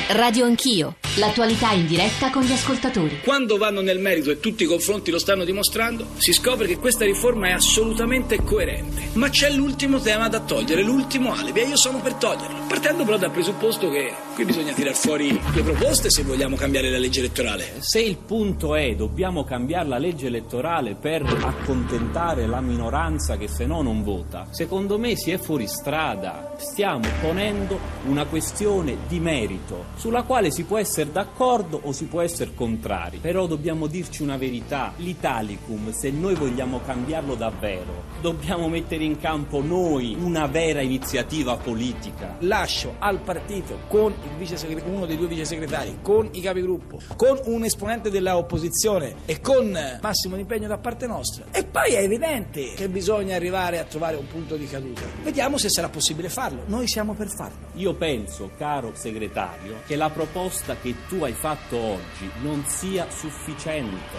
Radio Anch'io, l'attualità in diretta con gli ascoltatori. Quando vanno nel merito e tutti i confronti lo stanno dimostrando, si scopre che questa riforma è assolutamente coerente. Ma c'è l'ultimo tema da togliere, l'ultimo alibi, e io sono per toglierlo. Partendo però dal presupposto che qui bisogna tirar fuori le proposte se vogliamo cambiare la legge elettorale. Se il punto è dobbiamo cambiare la legge elettorale per accontentare la minoranza che se no non vota, secondo me si è fuori strada. Stiamo ponendo una questione di merito sulla quale si può essere d'accordo o si può essere contrari, però dobbiamo dirci una verità: l'Italicum, se noi vogliamo cambiarlo davvero, dobbiamo mettere in campo noi una vera iniziativa politica. Lascio al partito, con il uno dei due vice segretari, con i capigruppo, con un esponente della opposizione e con massimo impegno da parte nostra. E poi è evidente che bisogna arrivare a trovare un punto di caduta. Vediamo se sarà possibile farlo. Noi siamo per farlo. Io penso, caro segretario, che la proposta che tu hai fatto oggi non sia sufficiente.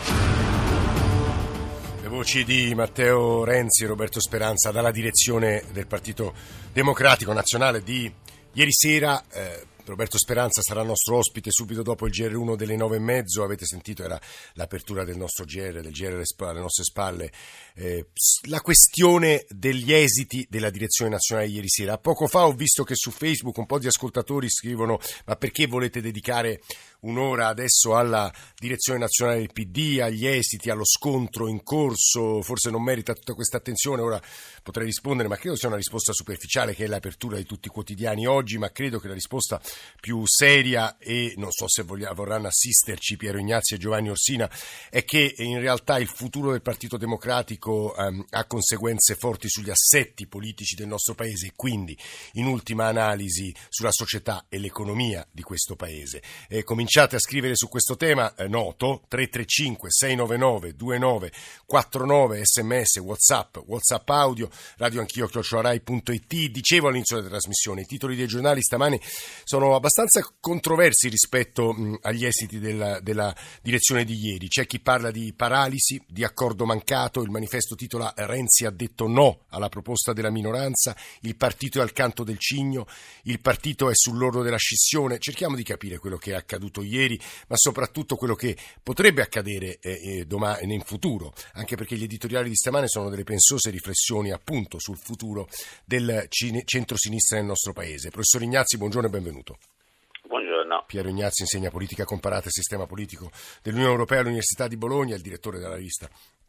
Le voci di Matteo Renzi e Roberto Speranza dalla direzione del Partito Democratico Nazionale di ieri sera. Roberto Speranza sarà nostro ospite subito dopo il GR1 delle 9:30. Avete sentito, era l'apertura del nostro GR, del GR alle nostre spalle, la questione degli esiti della direzione nazionale ieri sera. Poco fa ho visto che su Facebook un po' di ascoltatori scrivono: ma perché volete dedicare un'ora adesso alla direzione nazionale del PD, agli esiti, allo scontro in corso? Forse non merita tutta questa attenzione. Ora potrei rispondere, ma credo sia una risposta superficiale, che è l'apertura di tutti i quotidiani oggi, ma credo che la risposta più seria, e non so se vorranno assisterci Piero Ignazzi e Giovanni Orsina, è che in realtà il futuro del Partito Democratico ha conseguenze forti sugli assetti politici del nostro paese e quindi in ultima analisi sulla società e l'economia di questo paese. Cominciate a scrivere su questo tema, noto 335 699 2949, sms, whatsapp audio, radio anch'io @rai.it. Dicevo all'inizio della trasmissione, i titoli dei giornali stamani sono abbastanza controversi rispetto agli esiti della direzione di ieri. C'è chi parla di paralisi, di accordo mancato. Il manifesto titola: Renzi ha detto no alla proposta della minoranza, il partito è al canto del cigno, il partito è sull'orlo della scissione. Cerchiamo di capire quello che è accaduto ieri, ma soprattutto quello che potrebbe accadere domani in futuro, anche perché gli editoriali di stamane sono delle pensose riflessioni appunto sul futuro del centro-sinistra nel nostro paese. Professor Ignazzi, buongiorno e benvenuto. Buongiorno. Piero Ignazzi insegna politica comparata e sistema politico dell'Unione Europea all'Università di Bologna, è il direttore della rivista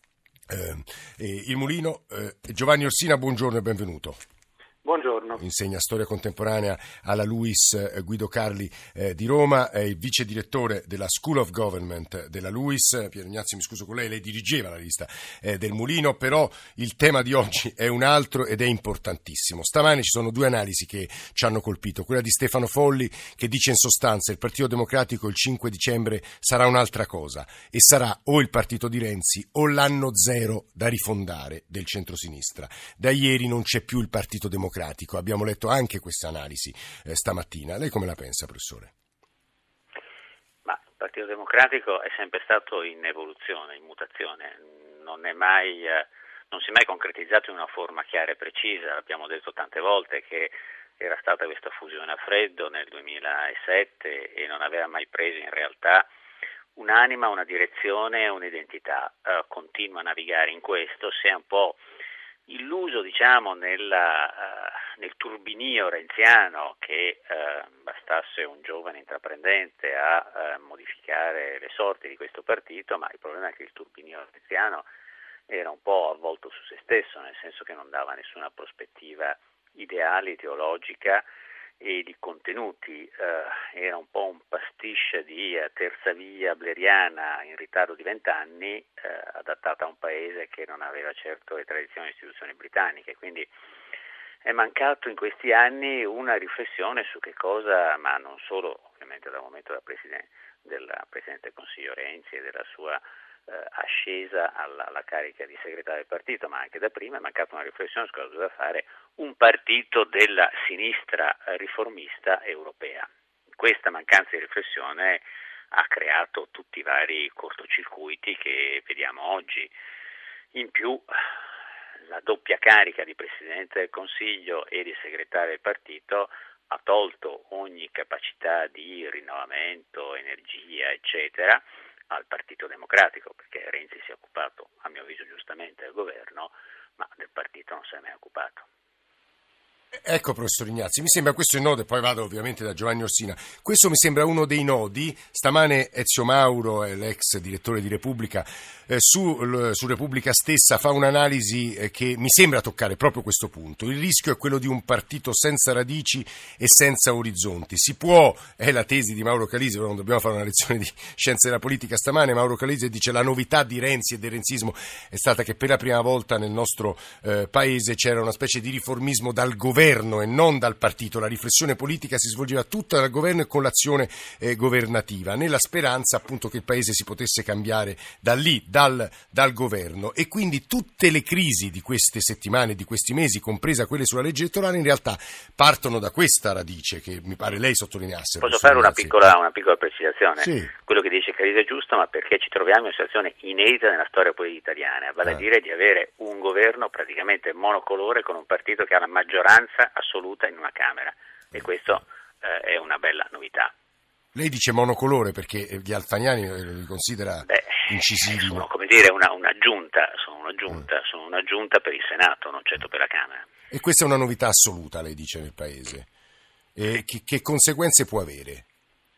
Il Mulino. Giovanni Orsina, buongiorno e benvenuto. Buongiorno. Insegna storia contemporanea alla LUISS Guido Carli di Roma, è il vice direttore della School of Government della LUISS. Piero Ignazzi, mi scuso con lei dirigeva la rivista del Mulino, però il tema di oggi è un altro ed è importantissimo. Stamane ci sono due analisi che ci hanno colpito, quella di Stefano Folli, che dice in sostanza: il Partito Democratico il 5 dicembre sarà un'altra cosa e sarà o il partito di Renzi o l'anno zero da rifondare del centrosinistra. Da ieri non c'è più il Partito Democratico. Abbiamo letto anche questa analisi stamattina. Lei come la pensa, professore? Ma il Partito Democratico è sempre stato in evoluzione, in mutazione, non si è mai concretizzato in una forma chiara e precisa. Abbiamo detto tante volte che era stata questa fusione a freddo nel 2007 e non aveva mai preso in realtà un'anima, una direzione, un'identità. Continua a navigare in questo, si è un po' illuso, diciamo, nel turbinio renziano che bastasse un giovane intraprendente a modificare le sorti di questo partito, ma il problema è che il turbinio renziano era un po' avvolto su se stesso, nel senso che non dava nessuna prospettiva ideale, ideologica e di contenuti. Era un po' un pasticcio di terza via bleriana in ritardo di 20 anni, adattata a un paese che non aveva certo le tradizioni e istituzioni britanniche, quindi è mancato in questi anni una riflessione su che cosa, ma non solo ovviamente dal momento del Presidente del Consiglio Renzi e della sua ascesa alla carica di segretario del partito, ma anche da prima è mancata una riflessione su cosa doveva fare un partito della sinistra riformista europea. Questa mancanza di riflessione ha creato tutti i vari cortocircuiti che vediamo oggi. In più la doppia carica di Presidente del Consiglio e di segretario del partito ha tolto ogni capacità di rinnovamento, energia, eccetera, al Partito Democratico, perché Renzi si è occupato, a mio avviso giustamente, del governo, ma del partito non se ne è mai occupato. Ecco, professor Ignazzi, mi sembra questo il nodo, e poi vado ovviamente da Giovanni Orsina. Questo mi sembra uno dei nodi. Stamane Ezio Mauro, l'ex direttore di Repubblica, su Repubblica stessa fa un'analisi che mi sembra toccare proprio questo punto. Il rischio è quello di un partito senza radici e senza orizzonti. Si può, è la tesi di Mauro Calise, però non dobbiamo fare una lezione di scienze della politica stamane. Mauro Calise dice: la novità di Renzi e del renzismo è stata che per la prima volta nel nostro paese c'era una specie di riformismo dal governo e non dal partito. La riflessione politica si svolgeva tutta dal governo e con l'azione governativa, nella speranza appunto che il paese si potesse cambiare da lì, dal governo. E quindi tutte le crisi di queste settimane, di questi mesi, compresa quelle sulla legge elettorale, in realtà partono da questa radice che mi pare lei sottolineasse. Posso fare una piccola precisazione? Sì. Quello che dice Calise è giusto, ma perché ci troviamo in una situazione inedita nella storia politica italiana, vale a dire di avere un governo praticamente monocolore con un partito che ha la maggioranza assoluta in una Camera, e questo è una bella novità. Lei dice monocolore perché gli alfaniani li considera incisivi. Sono, come dire, una giunta, sono una giunta per il Senato, non certo per la Camera. E questa è una novità assoluta, lei dice, nel Paese. E che conseguenze può avere?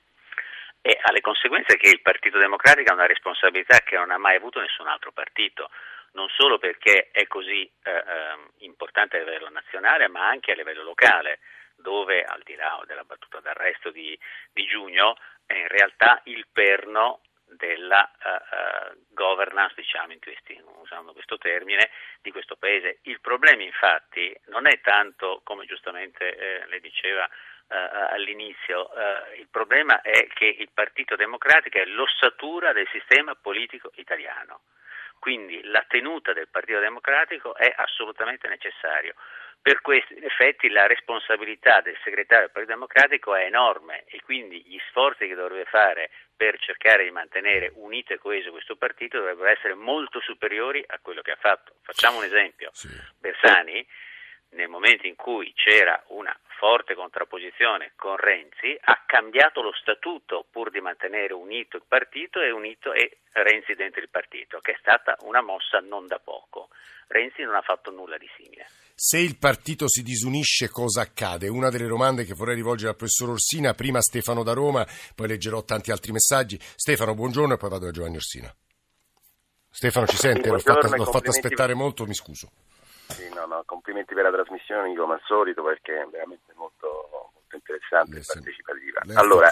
E ha le conseguenze che il Partito Democratico ha una responsabilità che non ha mai avuto nessun altro partito, non solo perché è così importante a livello nazionale, ma anche a livello locale, dove, al di là della battuta d'arresto di giugno, è in realtà il perno della governance, diciamo, usando questo termine, di questo paese. Il problema infatti non è tanto, come giustamente le diceva all'inizio, il problema è che il Partito Democratico è l'ossatura del sistema politico italiano. Quindi la tenuta del Partito Democratico è assolutamente necessario. Per questi effetti la responsabilità del segretario del Partito Democratico è enorme, e quindi gli sforzi che dovrebbe fare per cercare di mantenere unito e coeso questo partito dovrebbero essere molto superiori a quello che ha fatto. Facciamo un esempio. Sì. Bersani, nel momento in cui c'era una forte contrapposizione con Renzi, ha cambiato lo statuto pur di mantenere unito il partito e Renzi dentro il partito, che è stata una mossa non da poco. Renzi non ha fatto nulla di simile. Se il partito si disunisce, cosa accade? Una delle domande che vorrei rivolgere al professor Orsina, prima Stefano da Roma, poi leggerò tanti altri messaggi. Stefano, buongiorno, e poi vado da Giovanni Orsina. Stefano, ci sente? L'ho fatto aspettare molto, mi scuso. Sì, no, complimenti per la trasmissione, come al solito, perché è veramente molto interessante e partecipativa. Allora,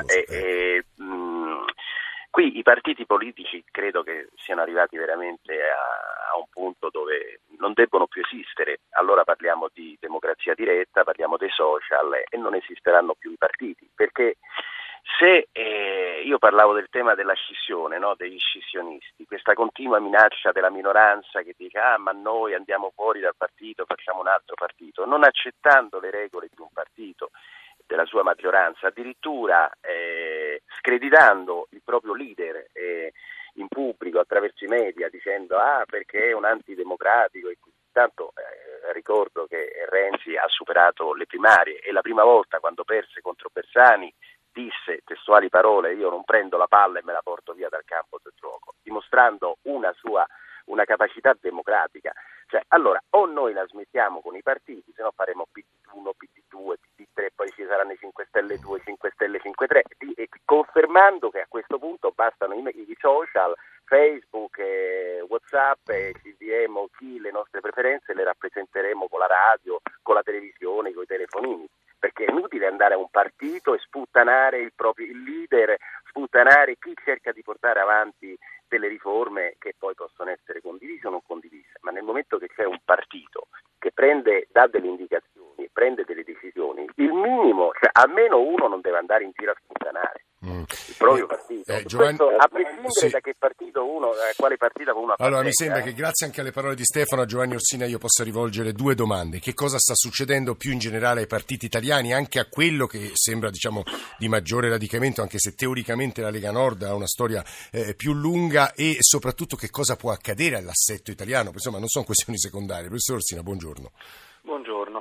qui i partiti politici credo che siano arrivati veramente a un punto dove non debbono più esistere. Allora parliamo di democrazia diretta, parliamo dei social, e non esisteranno più i partiti, perché se io parlavo del tema della scissione, no, degli scissionisti, questa continua minaccia della minoranza che dice ma noi andiamo fuori dal partito, facciamo un altro partito, non accettando le regole di un partito, della sua maggioranza, addirittura screditando il proprio leader in pubblico attraverso i media, dicendo perché è un antidemocratico. E tanto ricordo che Renzi ha superato le primarie, e la prima volta, quando perse contro Bersani, disse testuali parole: io non prendo la palla e me la porto via dal campo del gioco, dimostrando una capacità democratica. Cioè, allora, o noi la smettiamo con i partiti, se no faremo PD1, PD2, PD3, poi ci saranno i 5 Stelle 2, 5 Stelle 5-3, confermando che a questo punto bastano i social, Facebook, WhatsApp, ci diremo chi le nostre preferenze le rappresenteremo con la radio, con la televisione, con i telefonini. Perché è inutile andare a un partito e sputtanare il leader, sputtanare chi cerca di portare avanti delle riforme che poi possono essere condivise o non condivise, ma nel momento che c'è un partito che dà delle indicazioni, prende delle decisioni, il minimo, cioè almeno uno non deve andare in giro a sputtanare il proprio partito. Giovanni, questo, a prescindere da che partito uno, quale partito uno appartenga. Allora mi sembra che grazie anche alle parole di Stefano, a Giovanni Orsina io possa rivolgere due domande. Che cosa sta succedendo più in generale ai partiti italiani, anche a quello che sembra di maggiore radicamento, anche se teoricamente la Lega Nord ha una storia più lunga, e soprattutto che cosa può accadere all'assetto italiano? Insomma, non sono questioni secondarie. Professor Orsina, buongiorno. Buongiorno.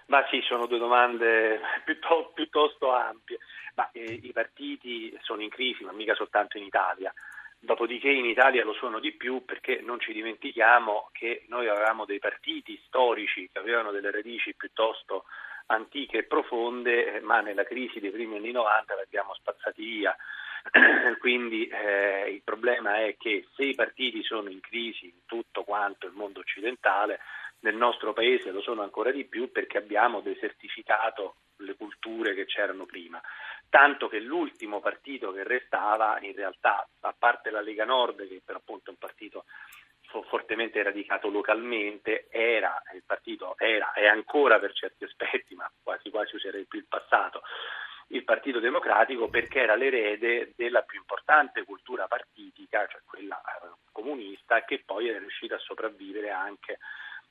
Ma sì, sono due domande piuttosto ampie. Ma i partiti sono in crisi, ma mica soltanto in Italia. Dopodiché in Italia lo sono di più, perché non ci dimentichiamo che noi avevamo dei partiti storici che avevano delle radici piuttosto antiche e profonde, ma nella crisi dei primi anni 90 li abbiamo spazzati via. Quindi il problema è che se i partiti sono in crisi in tutto quanto il mondo occidentale, nel nostro paese lo sono ancora di più, perché abbiamo desertificato le culture che c'erano prima. Tanto che l'ultimo partito che restava, in realtà, a parte la Lega Nord, che per appunto è un partito fortemente radicato localmente, il partito era e ancora per certi aspetti, ma quasi userei più il passato, il Partito Democratico, perché era l'erede della più importante cultura partitica, cioè quella comunista, che poi era riuscita a sopravvivere anche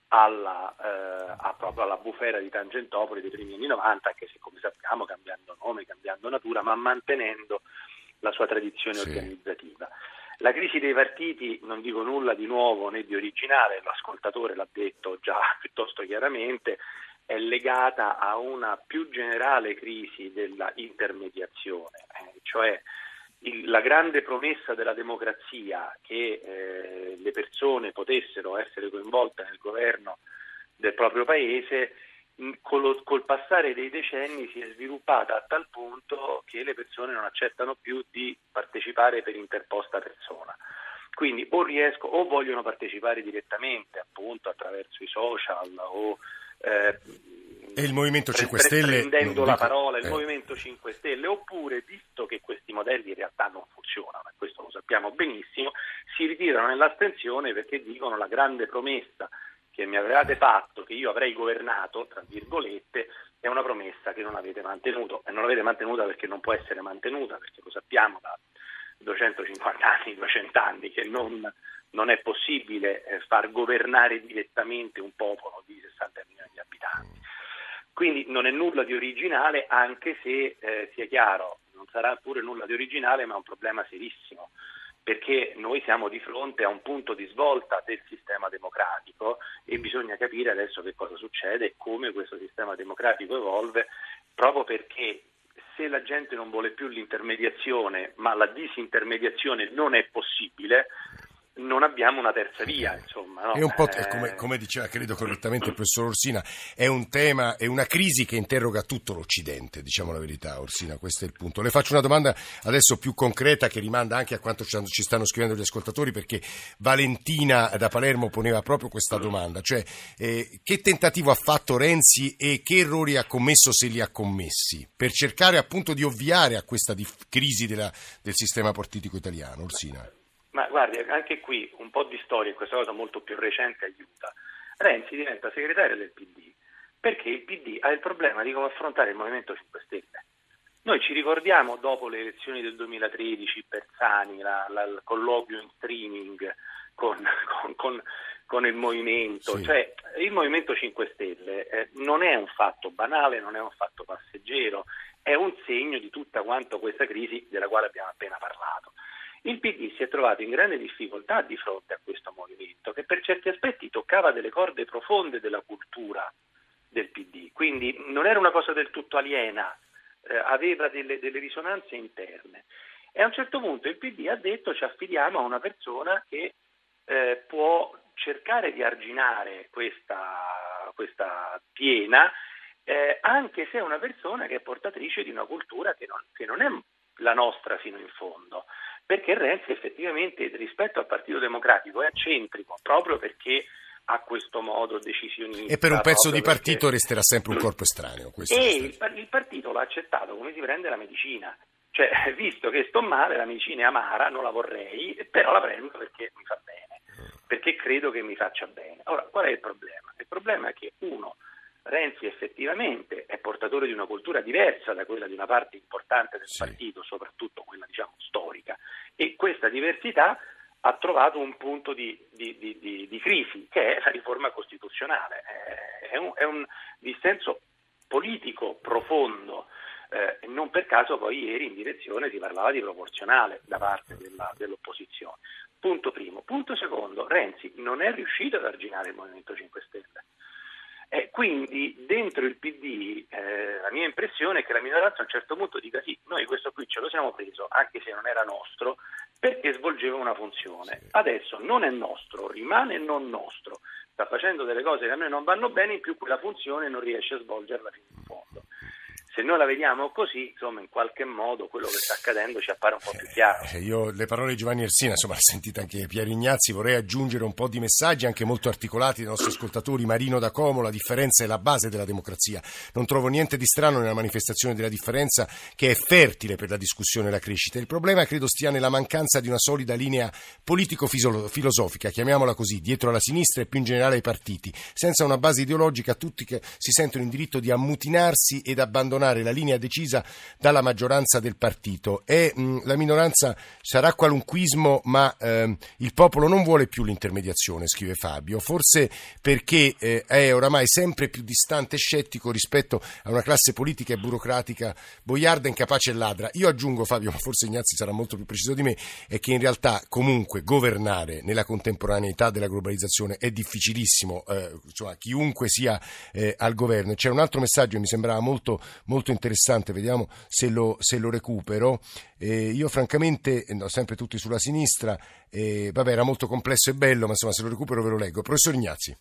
proprio alla bufera di Tangentopoli dei primi anni 90, anche se, come sappiamo, cambiando nome, cambiando natura, ma mantenendo la sua tradizione organizzativa. La crisi dei partiti, non dico nulla di nuovo né di originale, l'ascoltatore l'ha detto già piuttosto chiaramente, è legata a una più generale crisi della intermediazione, cioè la grande promessa della democrazia, che le persone potessero essere coinvolte nel governo del proprio paese, col passare dei decenni si è sviluppata a tal punto che le persone non accettano più di partecipare per interposta persona. Quindi o vogliono partecipare direttamente, appunto attraverso i social o e il Movimento 5 Stelle prendendo la parola, il Movimento 5 Stelle, oppure, visto che questi modelli in realtà non funzionano, e questo lo sappiamo benissimo, si ritirano nell'astensione perché dicono: la grande promessa che mi avevate fatto, che io avrei governato, tra virgolette, è una promessa che non avete mantenuto, e non l'avete mantenuta perché non può essere mantenuta, perché lo sappiamo da 250 anni, 200 anni, che non è possibile far governare direttamente un popolo di 60 milioni di abitanti. Quindi non è nulla di originale, anche se sia chiaro, non sarà pure nulla di originale, ma è un problema serissimo, perché noi siamo di fronte a un punto di svolta del sistema democratico e bisogna capire adesso che cosa succede e come questo sistema democratico evolve, proprio perché se la gente non vuole più l'intermediazione, ma la disintermediazione non è possibile, non abbiamo una terza via, insomma. No? È un po' come diceva, credo correttamente il professor Orsina, è un tema, è una crisi che interroga tutto l'Occidente, diciamo la verità, Orsina, questo è il punto. Le faccio una domanda adesso più concreta, che rimanda anche a quanto ci stanno scrivendo gli ascoltatori, perché Valentina da Palermo poneva proprio questa domanda, cioè che tentativo ha fatto Renzi e che errori ha commesso, se li ha commessi, per cercare appunto di ovviare a questa crisi del sistema politico italiano. Orsina. Ma guardi, anche qui un po' di storia, in questa cosa molto più recente, aiuta. Renzi diventa segretario del PD perché il PD ha il problema di come affrontare il Movimento 5 Stelle. Noi ci ricordiamo, dopo le elezioni del 2013, Bersani, il colloquio in streaming con il Movimento, sì. Cioè il Movimento 5 Stelle non è un fatto banale, non è un fatto passeggero, è un segno di tutta quanto questa crisi della quale abbiamo appena parlato. Il PD si è trovato in grande difficoltà di fronte a questo movimento, che per certi aspetti toccava delle corde profonde della cultura del PD, quindi non era una cosa del tutto aliena, aveva delle risonanze interne. E a un certo punto il PD ha detto: ci affidiamo a una persona che può cercare di arginare questa piena, anche se è una persona che è portatrice di una cultura che non è la nostra fino in fondo. Perché Renzi effettivamente rispetto al Partito Democratico è accentrico, proprio perché ha questo modo decisionista. E per un pezzo di partito resterà sempre un corpo estraneo. Il partito l'ha accettato come si prende la medicina. Cioè, visto che sto male, la medicina è amara, non la vorrei, però la prendo perché mi fa bene, perché credo che mi faccia bene. Ora, qual è il problema? Il problema è che, Renzi effettivamente è portatore di una cultura diversa da quella di una parte importante del partito, soprattutto quella storica, e questa diversità ha trovato un punto di crisi, che è la riforma costituzionale. È un dissenso politico profondo, e non per caso poi ieri in direzione si parlava di proporzionale da parte dell'opposizione. Punto primo. Punto secondo, Renzi non è riuscito ad arginare il Movimento 5 Stelle. Quindi dentro il PD la mia impressione è che la minoranza a un certo punto dica sì, noi questo qui ce lo siamo preso, anche se non era nostro, perché svolgeva una funzione. Adesso non è nostro, rimane non nostro, sta facendo delle cose che a noi non vanno bene, in più quella funzione non riesce a svolgerla fino in fondo. Se noi la vediamo così, insomma, in qualche modo quello che sta accadendo ci appare un po' più chiaro. Io le parole di Giovanni Ersina, insomma, l'ha sentita anche Piero Ignazzi, vorrei aggiungere un po' di messaggi anche molto articolati dai nostri ascoltatori. Marino da Como: la differenza è la base della democrazia. Non trovo niente di strano nella manifestazione della differenza, che è fertile per la discussione e la crescita. Il problema credo stia nella mancanza di una solida linea politico-filosofica, chiamiamola così, dietro alla sinistra e più in generale ai partiti. Senza una base ideologica tutti che si sentono in diritto di ammutinarsi ed abbandonare la linea decisa dalla maggioranza del partito. La minoranza sarà qualunquismo, ma il popolo non vuole più l'intermediazione, scrive Fabio, forse perché è oramai sempre più distante e scettico rispetto a una classe politica e burocratica boiarda, incapace e ladra. Io aggiungo, Fabio, ma forse Ignazzi sarà molto più preciso di me, è che in realtà comunque governare nella contemporaneità della globalizzazione è difficilissimo, chiunque sia al governo. C'è un altro messaggio che mi sembrava molto interessante, vediamo se lo recupero. Io francamente, sempre tutti sulla sinistra, era molto complesso e bello, ma insomma se lo recupero ve lo leggo. Professor Ignazzi.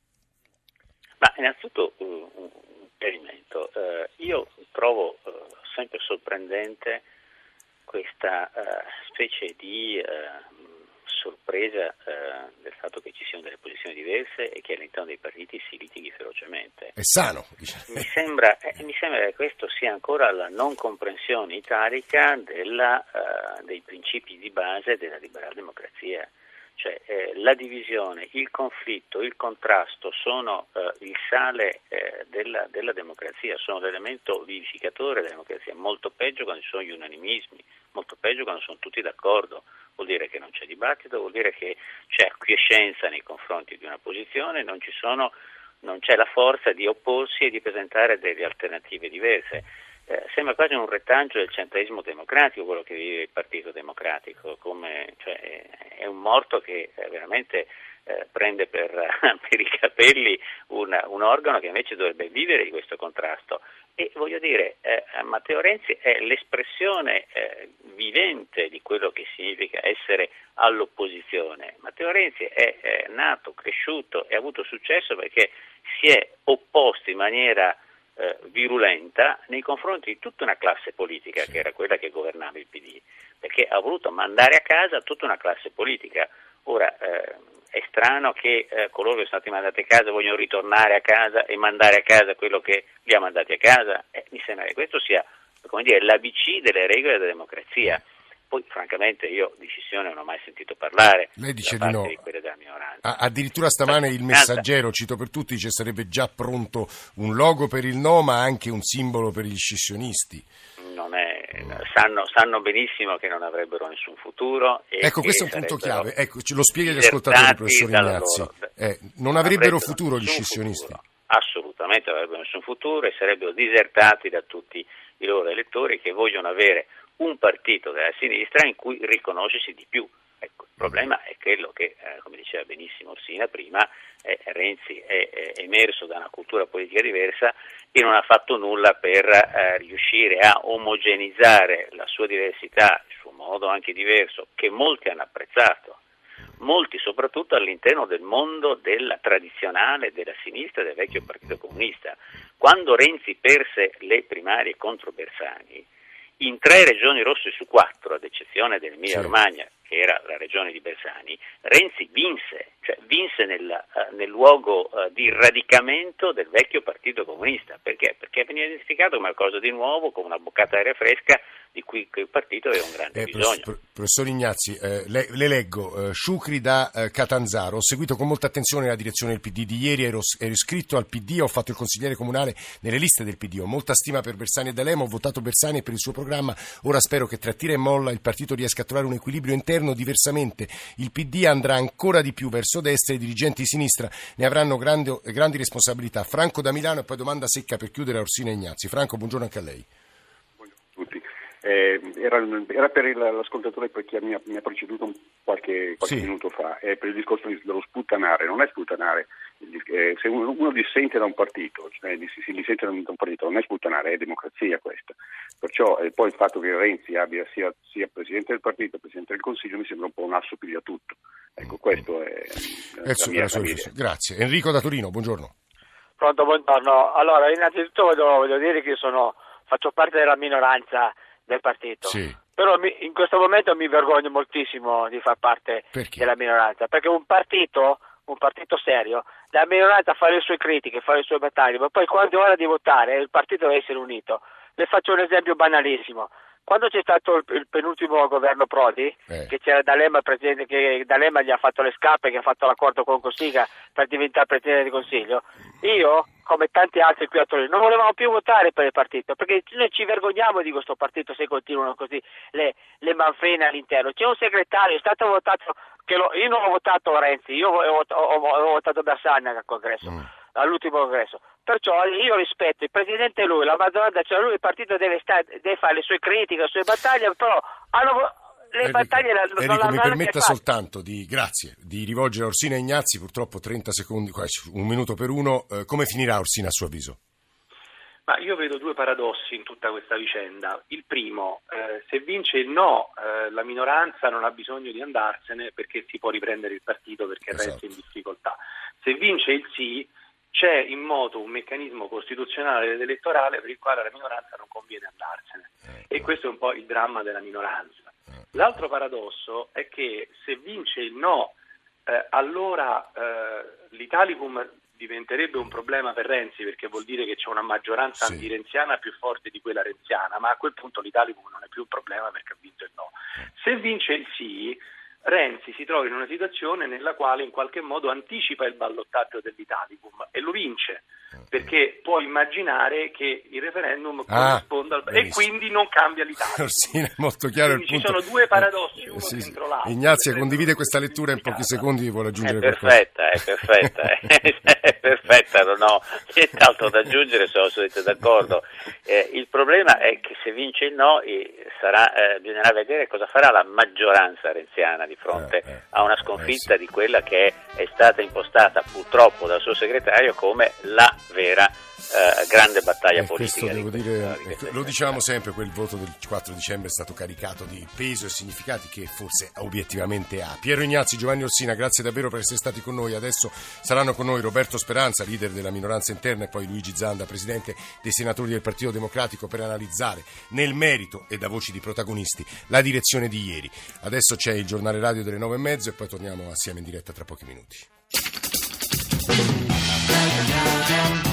Ma innanzitutto un chiarimento. Io trovo sempre sorprendente questa specie di sorpresa del fatto che ci siano delle posizioni diverse e che all'interno dei partiti si litighi ferocemente. È sano. Mi sembra che questo sia ancora la non comprensione italica dei principi di base della liberal democrazia. Cioè la divisione, il conflitto, il contrasto sono il sale della democrazia, sono l'elemento vivificatore della democrazia. Molto peggio quando ci sono gli unanimismi, molto peggio quando sono tutti d'accordo. Vuol dire che non c'è dibattito, vuol dire che c'è acquiescenza nei confronti di una posizione, non c'è la forza di opporsi e di presentare delle alternative diverse. Sembra quasi un retaggio del centralismo democratico quello che vive il Partito Democratico, è un morto che veramente prende per i capelli un organo che invece dovrebbe vivere di questo contrasto. E voglio dire, Matteo Renzi è l'espressione vivente di quello che significa essere all'opposizione. Matteo Renzi è nato, cresciuto e ha avuto successo perché si è opposto in maniera virulenta nei confronti di tutta una classe politica che era quella che governava il PD, perché ha voluto mandare a casa tutta una classe politica. Ora è strano che coloro che sono stati mandati a casa vogliono ritornare a casa e mandare a casa quello che li ha mandati a casa. Mi sembra che questo sia, l'ABC delle regole della democrazia. Poi francamente io di scissione non ho mai sentito parlare. Lei dice di no. Di quelle della minoranza. Addirittura stamane il Messaggero, cito per tutti, dice sarebbe già pronto un logo per il no, ma anche un simbolo per gli scissionisti. Sanno benissimo che non avrebbero nessun futuro. Ecco, questo è un punto chiave. Ecco, ce lo spiega agli ascoltatori, professor Ignazzi. Non avrebbero futuro gli scissionisti. Futuro. Assolutamente non avrebbero nessun futuro e sarebbero disertati da tutti i loro elettori che vogliono avere un partito della sinistra in cui riconoscersi di più. Ecco, il problema è quello che, come diceva benissimo Orsina prima, Renzi è emerso da una cultura politica diversa e non ha fatto nulla per riuscire a omogenizzare la sua diversità, il suo modo anche diverso, che molti hanno apprezzato, molti soprattutto all'interno del mondo della tradizionale, della sinistra, del vecchio Partito Comunista. Quando Renzi perse le primarie contro Bersani, in 3 regioni rosse su 4, ad eccezione dell'Emilia Romagna, che era la regione di Bersani, Renzi vinse nel luogo di radicamento del vecchio Partito Comunista. Perché? Perché veniva identificato come qualcosa di nuovo, come una boccata d'aria fresca di cui il partito aveva un grande bisogno. Professor Ignazzi, le leggo, Sciucri da Catanzaro: ho seguito con molta attenzione la direzione del PD di ieri, ero iscritto al PD, ho fatto il consigliere comunale nelle liste del PD, ho molta stima per Bersani e D'Alema, ho votato Bersani per il suo programma, ora spero che tra tira e molla il partito riesca a trovare un equilibrio interno, diversamente il PD andrà ancora di più verso destra e i dirigenti di sinistra ne avranno grandi responsabilità. Franco da Milano, e poi domanda secca per chiudere a Orsina e Ignazzi. Franco, buongiorno anche a lei. Buongiorno a tutti. Era per l'ascoltatore che mi ha preceduto qualche minuto fa, per il discorso dello sputtanare. Non è sputtanare, se uno dissente da un partito, si dissente da un partito, non è sputtanare, è democrazia questa. Perciò poi il fatto che Renzi abbia sia Presidente del partito, Presidente del Consiglio, mi sembra un po' un asso piglia tutto. Ecco, questo è la mia idea. Grazie. Enrico da Torino, buongiorno. Pronto, buongiorno. Allora, innanzitutto voglio dire che faccio parte della minoranza del partito, sì. Però in questo momento mi vergogno moltissimo di far parte della minoranza, perché un partito serio, la minoranza fa le sue critiche, fa le sue battaglie, ma poi quando è ora di votare il partito deve essere unito. Le faccio un esempio banalissimo. Quando c'è stato il penultimo governo Prodi, che c'era D'Alema presidente, che D'Alema gli ha fatto le scarpe, che ha fatto l'accordo con Cossiga per diventare Presidente del Consiglio, io, come tanti altri qui a Torino, non volevamo più votare per il partito, perché noi ci vergogniamo di questo partito se continuano così le manfrine all'interno. C'è un segretario, è stato votato, io non ho votato Renzi, io ho votato Bersani al congresso. All'ultimo congresso, perciò io rispetto il presidente e lui, la maggioranza, cioè lui, il partito deve fare le sue critiche, le sue battaglie, però le battaglie Enrico, mi permetta soltanto di rivolgere a Orsina e Ignazzi, purtroppo 30 secondi, un minuto per uno. Come finirà Orsina a suo avviso? Ma io vedo due paradossi in tutta questa vicenda. Il primo, se vince il no, la minoranza non ha bisogno di andarsene perché si può riprendere il partito perché resta in difficoltà. Se vince il sì, c'è in moto un meccanismo costituzionale ed elettorale per il quale alla minoranza non conviene andarsene, e questo è un po' il dramma della minoranza. L'altro paradosso è che se vince il no, allora l'Italicum diventerebbe un problema per Renzi, perché vuol dire che c'è una maggioranza antirenziana più forte di quella renziana, ma a quel punto l'Italicum non è più un problema perché ha vinto il no. Se vince il sì, Renzi si trova in una situazione nella quale in qualche modo anticipa il ballottaggio dell'Italicum e lo vince, perché può immaginare che il referendum corrisponda e quindi non cambia l'Italia. Orsina, molto chiaro il punto. Ci sono due paradossi, uno dentro l'altro. Ignazia condivide questa lettura in pochi secondi, vuole aggiungere qualcosa? È perfetta, non ho nient'altro da aggiungere, sono assolutamente d'accordo. Il problema è che se vince il no bisognerà vedere cosa farà la maggioranza renziana di fronte a una sconfitta di quella che è stata impostata purtroppo dal suo segretario come la vera grande battaglia politica. Questo devo dire, lo diciamo sempre, quel voto del 4 dicembre è stato caricato di peso e significati che forse obiettivamente ha. Piero Ignazzi, Giovanni Orsina, grazie davvero per essere stati con noi. Adesso saranno con noi Roberto Speranza, leader della minoranza interna, e poi Luigi Zanda, presidente dei senatori del Partito Democratico, per analizzare nel merito e da voci di protagonisti la direzione di ieri. Adesso c'è il giornale radio delle 9:30 e poi torniamo assieme in diretta tra pochi minuti.